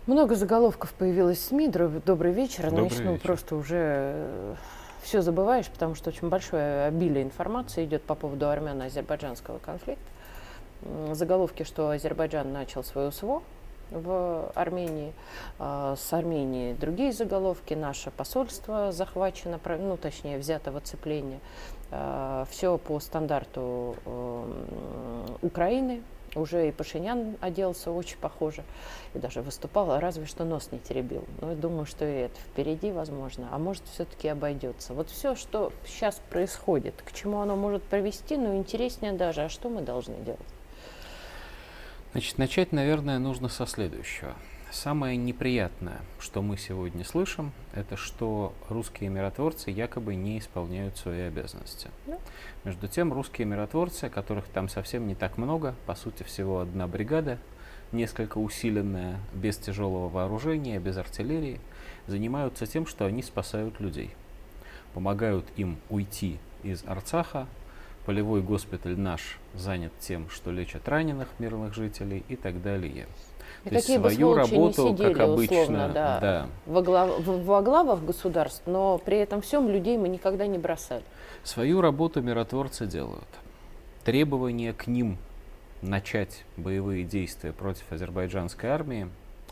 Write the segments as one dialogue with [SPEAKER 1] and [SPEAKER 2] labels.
[SPEAKER 1] Много заголовков появилось в СМИ. Добрый вечер.
[SPEAKER 2] Добрый
[SPEAKER 1] Начну
[SPEAKER 2] вечер.
[SPEAKER 1] просто уже все забываешь, потому что очень большое обилие информации идет по поводу армяно-азербайджанского конфликта. Заголовки, что Азербайджан начал свое СВО в Армении, с Армении другие заголовки, наше посольство захвачено, ну точнее взято в оцепление. Все по стандарту Украины. Уже и Пашинян оделся очень похоже, и даже выступал, разве что нос не теребил. Но я думаю, что и это впереди, возможно, а может все-таки обойдется. Вот все, что сейчас происходит, к чему оно может привести, ну интереснее даже, а что мы должны делать?
[SPEAKER 2] Значит, начать, наверное, нужно со следующего. Самое неприятное, что мы сегодня слышим, это что русские миротворцы якобы не исполняют свои обязанности.
[SPEAKER 1] Да.
[SPEAKER 2] Между тем, русские миротворцы, которых там совсем не так много, по сути всего одна бригада, несколько усиленная, без тяжелого вооружения, без артиллерии, занимаются тем, что они спасают людей. Помогают им уйти из Арцаха. Полевой госпиталь наш занят тем, что лечат раненых мирных жителей и так далее.
[SPEAKER 1] И
[SPEAKER 2] то есть
[SPEAKER 1] какие бы
[SPEAKER 2] свою
[SPEAKER 1] сволочи
[SPEAKER 2] работу,
[SPEAKER 1] не сидели,
[SPEAKER 2] как обычно,
[SPEAKER 1] условно,
[SPEAKER 2] да,
[SPEAKER 1] во главах государств, но при этом всем людей мы никогда не бросали.
[SPEAKER 2] свою работу миротворцы делают. Требования к ним начать боевые действия против азербайджанской армии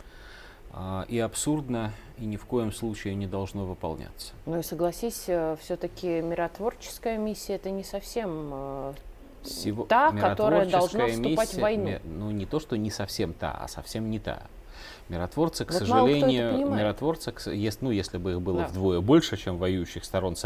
[SPEAKER 2] и абсурдно, и ни в коем случае не должно выполняться.
[SPEAKER 1] Ну и согласись, все-таки миротворческая миссия это не совсем та, которая должна вступать в войну.
[SPEAKER 2] Ну не то, что не совсем та, а совсем не та. Миротворцы, к
[SPEAKER 1] Вот мало кто это
[SPEAKER 2] сожалению,
[SPEAKER 1] понимает.
[SPEAKER 2] миротворцы, если бы их было
[SPEAKER 1] Да.
[SPEAKER 2] вдвое больше, чем воюющих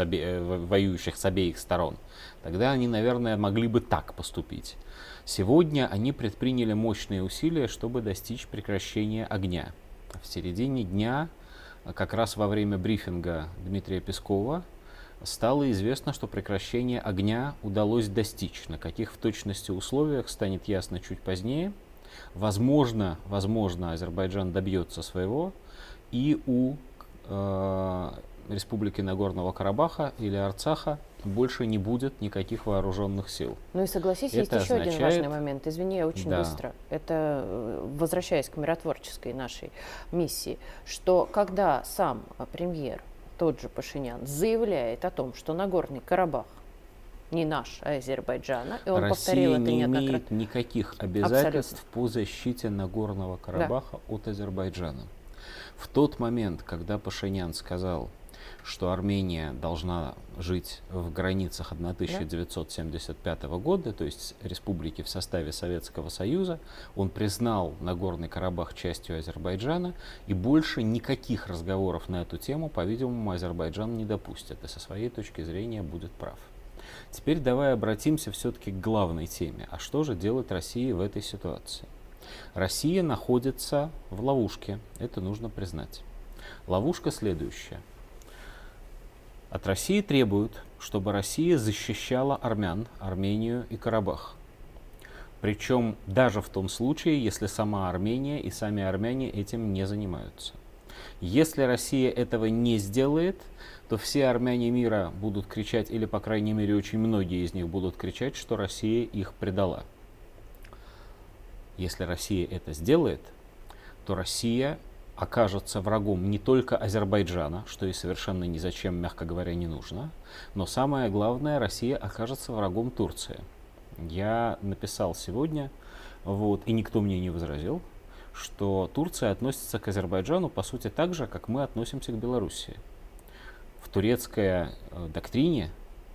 [SPEAKER 2] с обеих сторон, тогда они, наверное, могли бы так поступить. Сегодня они предприняли мощные усилия, чтобы достичь прекращения огня. В середине дня, как раз во время брифинга Дмитрия Пескова, стало известно, что прекращение огня удалось достичь. На каких в точности условиях станет ясно чуть позднее. Возможно, Азербайджан добьется своего, и у Республики Нагорного Карабаха или Арцаха больше не будет никаких вооруженных сил.
[SPEAKER 1] Ну и согласись,
[SPEAKER 2] Это
[SPEAKER 1] есть еще один
[SPEAKER 2] означает-
[SPEAKER 1] важный момент. Извини, я очень
[SPEAKER 2] Да.
[SPEAKER 1] быстро. Это возвращаясь к миротворческой нашей миссии, что когда сам премьер, тот же Пашинян, заявляет о том, что Нагорный Карабах не наш, а Азербайджана, и он повторил
[SPEAKER 2] Россия
[SPEAKER 1] это
[SPEAKER 2] не
[SPEAKER 1] неоднократно.
[SPEAKER 2] имеет никаких обязательств по защите Нагорного Карабаха от Азербайджана. В тот момент, когда Пашинян сказал, что Армения должна жить в границах 1975 года, то есть республики в составе Советского Союза, он признал Нагорный Карабах частью Азербайджана, и больше никаких разговоров на эту тему, по-видимому, Азербайджан не допустит, и со своей точки зрения будет прав. Теперь давай обратимся все-таки к главной теме. А что же делать России в этой ситуации? Россия находится в ловушке, это нужно признать. Ловушка следующая. От России требуют, чтобы Россия защищала армян, Армению и Карабах. Причем даже в том случае, если сама Армения и сами армяне этим не занимаются. Если Россия этого не сделает, то все армяне мира будут кричать, или, по крайней мере, очень многие из них будут кричать, что Россия их предала. Если Россия это сделает, то Россия окажется врагом не только Азербайджана, что и совершенно ни зачем, мягко говоря, не нужно, но самое главное, Россия окажется врагом Турции. Я написал сегодня, и никто мне не возразил, что Турция относится к Азербайджану по сути так же, как мы относимся к Белоруссии. В турецкой доктрине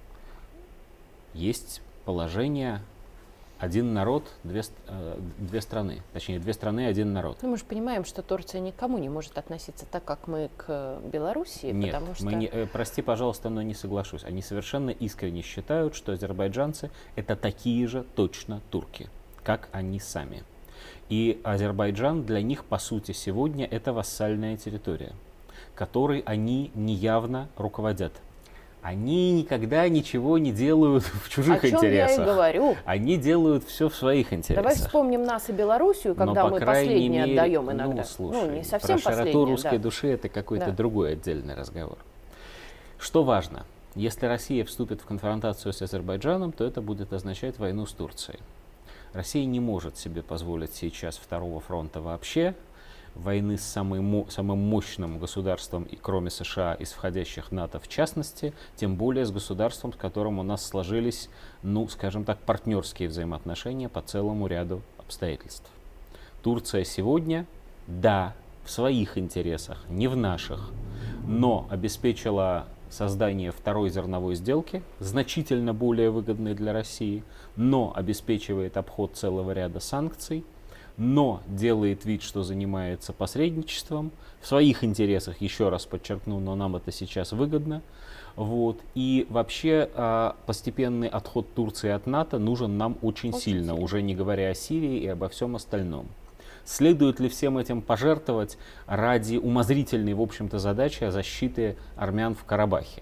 [SPEAKER 2] есть положение один народ, две страны. Точнее, две страны, один народ.
[SPEAKER 1] Ну, мы же понимаем, что Турция никому не может относиться так, как мы к Белоруссии,
[SPEAKER 2] Нет,
[SPEAKER 1] потому что...
[SPEAKER 2] прости, пожалуйста, но не соглашусь. Они совершенно искренне считают, что азербайджанцы это такие же точно турки, как они сами. И Азербайджан для них, по сути, сегодня это вассальная территория, которой они неявно руководят. Они никогда ничего не делают в чужих интересах.
[SPEAKER 1] О чем я и говорю.
[SPEAKER 2] Они делают все в своих интересах.
[SPEAKER 1] Давай вспомним нас и Белоруссию, когда
[SPEAKER 2] Но,
[SPEAKER 1] мы
[SPEAKER 2] по крайней
[SPEAKER 1] последнее
[SPEAKER 2] мере,
[SPEAKER 1] отдаем иногда.
[SPEAKER 2] Слушай,
[SPEAKER 1] не совсем
[SPEAKER 2] про широту
[SPEAKER 1] последнее,
[SPEAKER 2] русской
[SPEAKER 1] да.
[SPEAKER 2] души это какой-то
[SPEAKER 1] Да.
[SPEAKER 2] другой отдельный разговор. Что важно? Если Россия вступит в конфронтацию с Азербайджаном, то это будет означать войну с Турцией. Россия не может себе позволить сейчас второго фронта вообще. войны с самым мощным государством, и кроме США, из входящих в НАТО в частности, тем более с государством, с которым у нас сложились, ну, скажем так, партнерские взаимоотношения по целому ряду обстоятельств. Турция сегодня, да, в своих интересах, не в наших, но обеспечила создание второй зерновой сделки, значительно более выгодной для России, но обеспечивает обход целого ряда санкций, но делает вид, что занимается посредничеством. В своих интересах, еще раз подчеркну, но нам это сейчас выгодно. Вот. И вообще постепенный отход Турции от НАТО нужен нам очень сильно, уже не говоря о Сирии и обо всем остальном. Следует ли всем этим пожертвовать ради умозрительной, в общем-то, задачи защиты армян в Карабахе?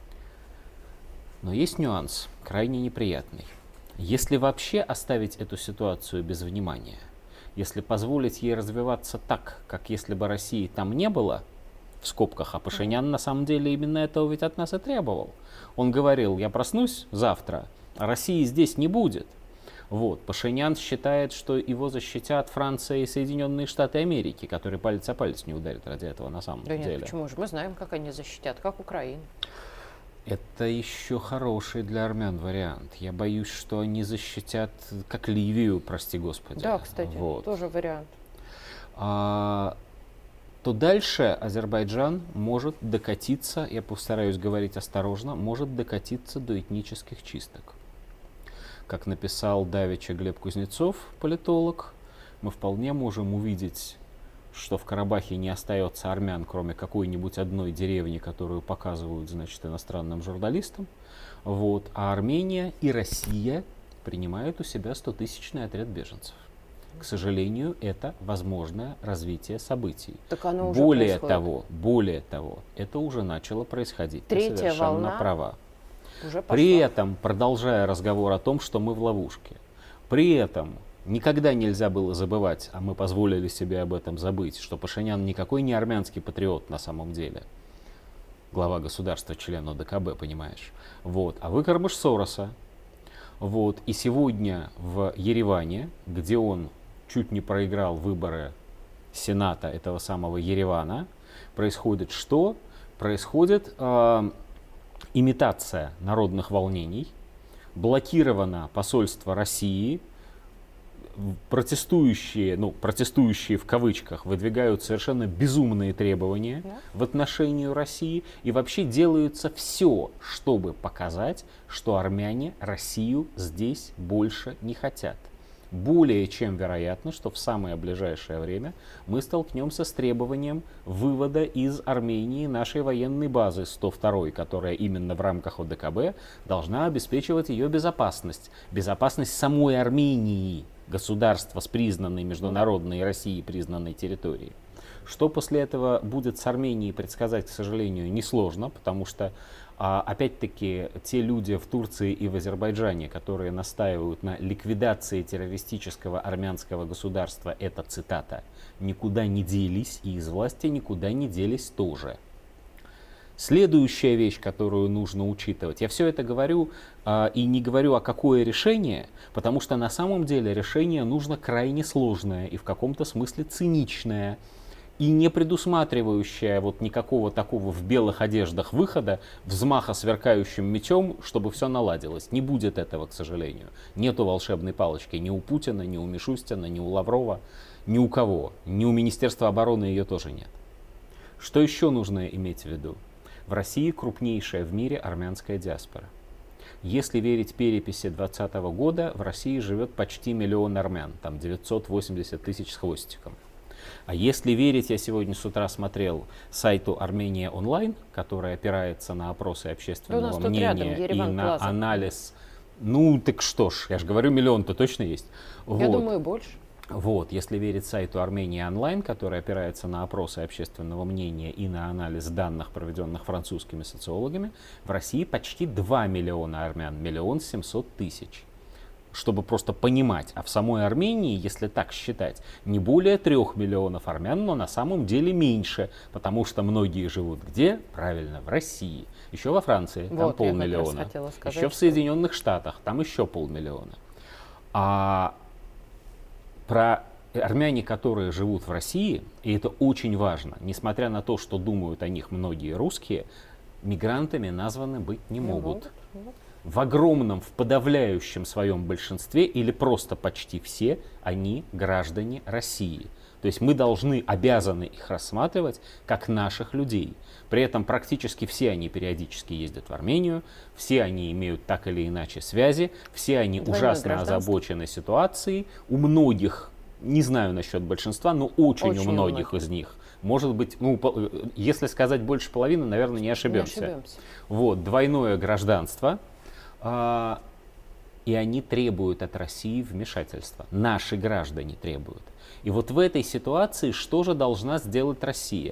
[SPEAKER 2] Но есть нюанс, крайне неприятный. Если вообще оставить эту ситуацию без внимания, если позволить ей развиваться так, как если бы России там не было, в скобках, а Пашинян на самом деле именно этого ведь от нас и требовал. Он говорил: я проснусь завтра, а России здесь не будет. Вот. Пашинян считает, что его защитят Франция и Соединенные Штаты Америки, которые палец о палец не ударят ради этого на самом деле.
[SPEAKER 1] Нет, почему же? Мы знаем, как они защитят, как Украину.
[SPEAKER 2] Это еще хороший для армян вариант. Я боюсь, что они защитят, как Ливию, прости господи.
[SPEAKER 1] Да, кстати,
[SPEAKER 2] вот.
[SPEAKER 1] Тоже вариант.
[SPEAKER 2] То дальше Азербайджан может докатиться, я постараюсь говорить осторожно, может докатиться до этнических чисток. Как написал давеча Глеб Кузнецов, политолог, мы вполне можем увидеть, что в Карабахе не остается армян, кроме какой-нибудь одной деревни, которую показывают, значит, иностранным журналистам. Вот. А Армения и Россия принимают у себя 100-тысячный отряд беженцев. К сожалению, это возможное развитие событий.
[SPEAKER 1] Так оно уже
[SPEAKER 2] более того, это уже начало происходить.
[SPEAKER 1] Третья волна
[SPEAKER 2] права.
[SPEAKER 1] Уже
[SPEAKER 2] при этом, продолжая разговор о том, что мы в ловушке, при этом никогда нельзя было забывать, а мы позволили себе об этом забыть, что Пашинян никакой не армянский патриот на самом деле. Глава государства, член ОДКБ, понимаешь. Вот. А выкормыш Сороса. Вот. И сегодня в Ереване, где он чуть не проиграл выборы Сената этого самого Еревана, происходит что? Происходит имитация народных волнений, блокировано посольство России, протестующие в кавычках, выдвигают совершенно безумные требования в отношении России, и вообще делается все, чтобы показать, что армяне Россию здесь больше не хотят. Более чем вероятно, что в самое ближайшее время мы столкнемся с требованием вывода из Армении нашей военной базы 102, которая именно в рамках ОДКБ должна обеспечивать ее безопасность. Безопасность самой Армении, государства с признанной международной Россией признанной территорией. Что после этого будет с Арменией, предсказать, к сожалению, несложно, потому что опять-таки, те люди в Турции и в Азербайджане, которые настаивают на ликвидации террористического армянского государства, это цитата, никуда не делись, и из власти никуда не делись тоже. Следующая вещь, которую нужно учитывать, я все это говорю и не говорю, а какое решение, потому что на самом деле решение нужно крайне сложное и в каком-то смысле циничное. И не предусматривающая вот никакого такого в белых одеждах выхода, взмаха сверкающим мечом, чтобы все наладилось. Не будет этого, к сожалению. Нету волшебной палочки ни у Путина, ни у Мишустина, ни у Лаврова, ни у кого. Ни у Министерства обороны ее тоже нет. Что еще нужно иметь в виду? В России крупнейшая в мире армянская диаспора. Если верить переписи 2020 года, в России живет почти 1 миллион армян, там 980 тысяч с хвостиком. А если верить, я сегодня с утра смотрел сайту Армения Онлайн, который опирается на опросы общественного мнения и на анализ. Ну так что ж, я же говорю, 1 миллион-то точно есть.
[SPEAKER 1] Я думаю, больше.
[SPEAKER 2] Вот, если верить сайту Армения Онлайн, который опирается на опросы общественного мнения и на анализ данных, проведенных французскими социологами, в России почти 2 миллиона армян, 1 700 000. Чтобы просто понимать, а в самой Армении, если так считать, не более 3 миллионов армян, но на самом деле меньше, потому что многие живут где? Правильно, в России. Еще во Франции, там 500 000. Еще в Соединенных Штатах, там еще 500 000. А про армяне, которые живут в России, и это очень важно, несмотря на то, что думают о них многие русские, мигрантами названы быть не могут. В огромном, в подавляющем своем большинстве, или просто почти все, они граждане России. То есть мы обязаны их рассматривать как наших людей. При этом практически все они периодически ездят в Армению, все они имеют так или иначе связи, все они ужасно озабочены ситуацией. У многих, не знаю насчет большинства, но очень у многих из них, может быть, если сказать больше половины, наверное, не ошибемся. Вот, двойное гражданство. И они требуют от России вмешательства. Наши граждане требуют. И вот в этой ситуации что же должна сделать Россия?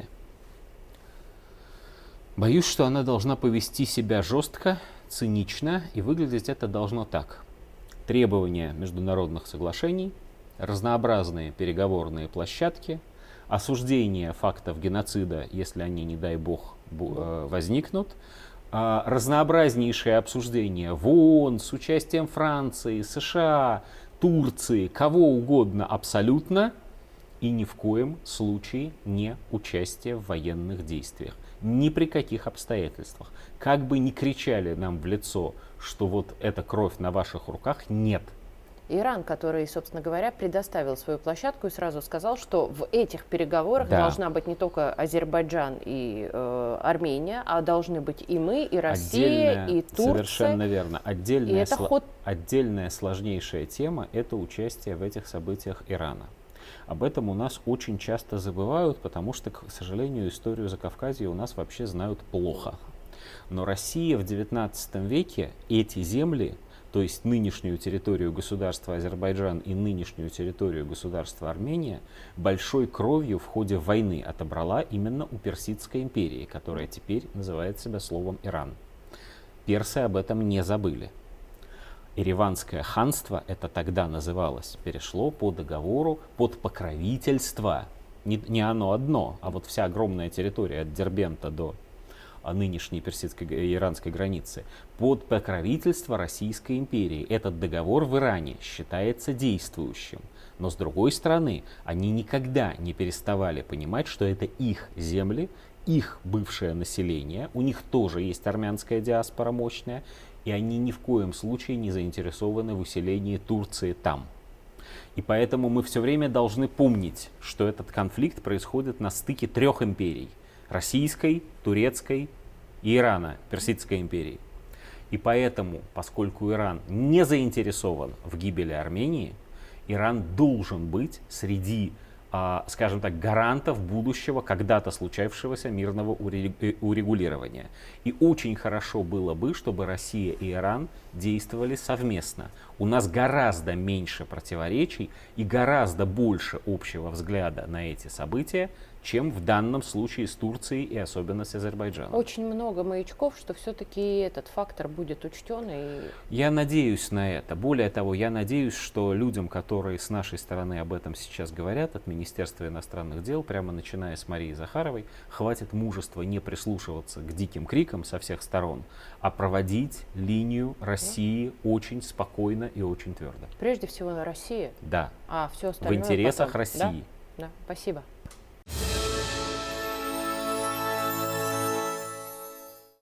[SPEAKER 2] Боюсь, что она должна повести себя жестко, цинично, и выглядеть это должно так. Требования международных соглашений, разнообразные переговорные площадки, осуждение фактов геноцида, если они, не дай бог, возникнут, разнообразнейшие обсуждения в ООН с участием Франции, США, Турции, кого угодно абсолютно, и ни в коем случае не участие в военных действиях. Ни при каких обстоятельствах. Как бы ни кричали нам в лицо, что вот эта кровь на ваших руках, нет.
[SPEAKER 1] Иран, который, собственно говоря, предоставил свою площадку и сразу сказал, что в этих переговорах должна быть не только Азербайджан и Армения, а должны быть и мы, и Россия, и Турция.
[SPEAKER 2] Совершенно верно. Отдельная сложнейшая тема – это участие в этих событиях Ирана. Об этом у нас очень часто забывают, потому что, к сожалению, историю Закавказья у нас вообще знают плохо. Но Россия в XIX веке эти земли, то есть нынешнюю территорию государства Азербайджан и нынешнюю территорию государства Армения, большой кровью в ходе войны отобрала именно у Персидской империи, которая теперь называет себя словом Иран. Персы об этом не забыли. Ереванское ханство, это тогда называлось, перешло по договору под покровительство, не оно одно, а вот вся огромная территория от Дербента до нынешней персидско-иранской границы, под покровительство Российской империи. Этот договор в Иране считается действующим. Но с другой стороны, они никогда не переставали понимать, что это их земли, их бывшее население, у них тоже есть армянская диаспора мощная, и они ни в коем случае не заинтересованы в усилении Турции там. И поэтому мы все время должны помнить, что этот конфликт происходит на стыке трех империй. Российской, турецкой и Ирана, Персидской империи. И поэтому, поскольку Иран не заинтересован в гибели Армении, Иран должен быть среди, скажем так, гарантов будущего, когда-то случавшегося мирного урегулирования. И очень хорошо было бы, чтобы Россия и Иран действовали совместно. У нас гораздо меньше противоречий и гораздо больше общего взгляда на эти события, чем в данном случае с Турцией и особенно с Азербайджаном.
[SPEAKER 1] Очень много маячков, что все-таки этот фактор будет учтен.
[SPEAKER 2] Я надеюсь на это. Более того, я надеюсь, что людям, которые с нашей стороны об этом сейчас говорят, от Министерства иностранных дел, прямо начиная с Марии Захаровой, хватит мужества не прислушиваться к диким крикам со всех сторон, а проводить линию России очень спокойно и очень твердо.
[SPEAKER 1] Прежде всего на России.
[SPEAKER 2] Да.
[SPEAKER 1] А все остальное
[SPEAKER 2] в интересах
[SPEAKER 1] потом.
[SPEAKER 2] России.
[SPEAKER 1] Да, спасибо.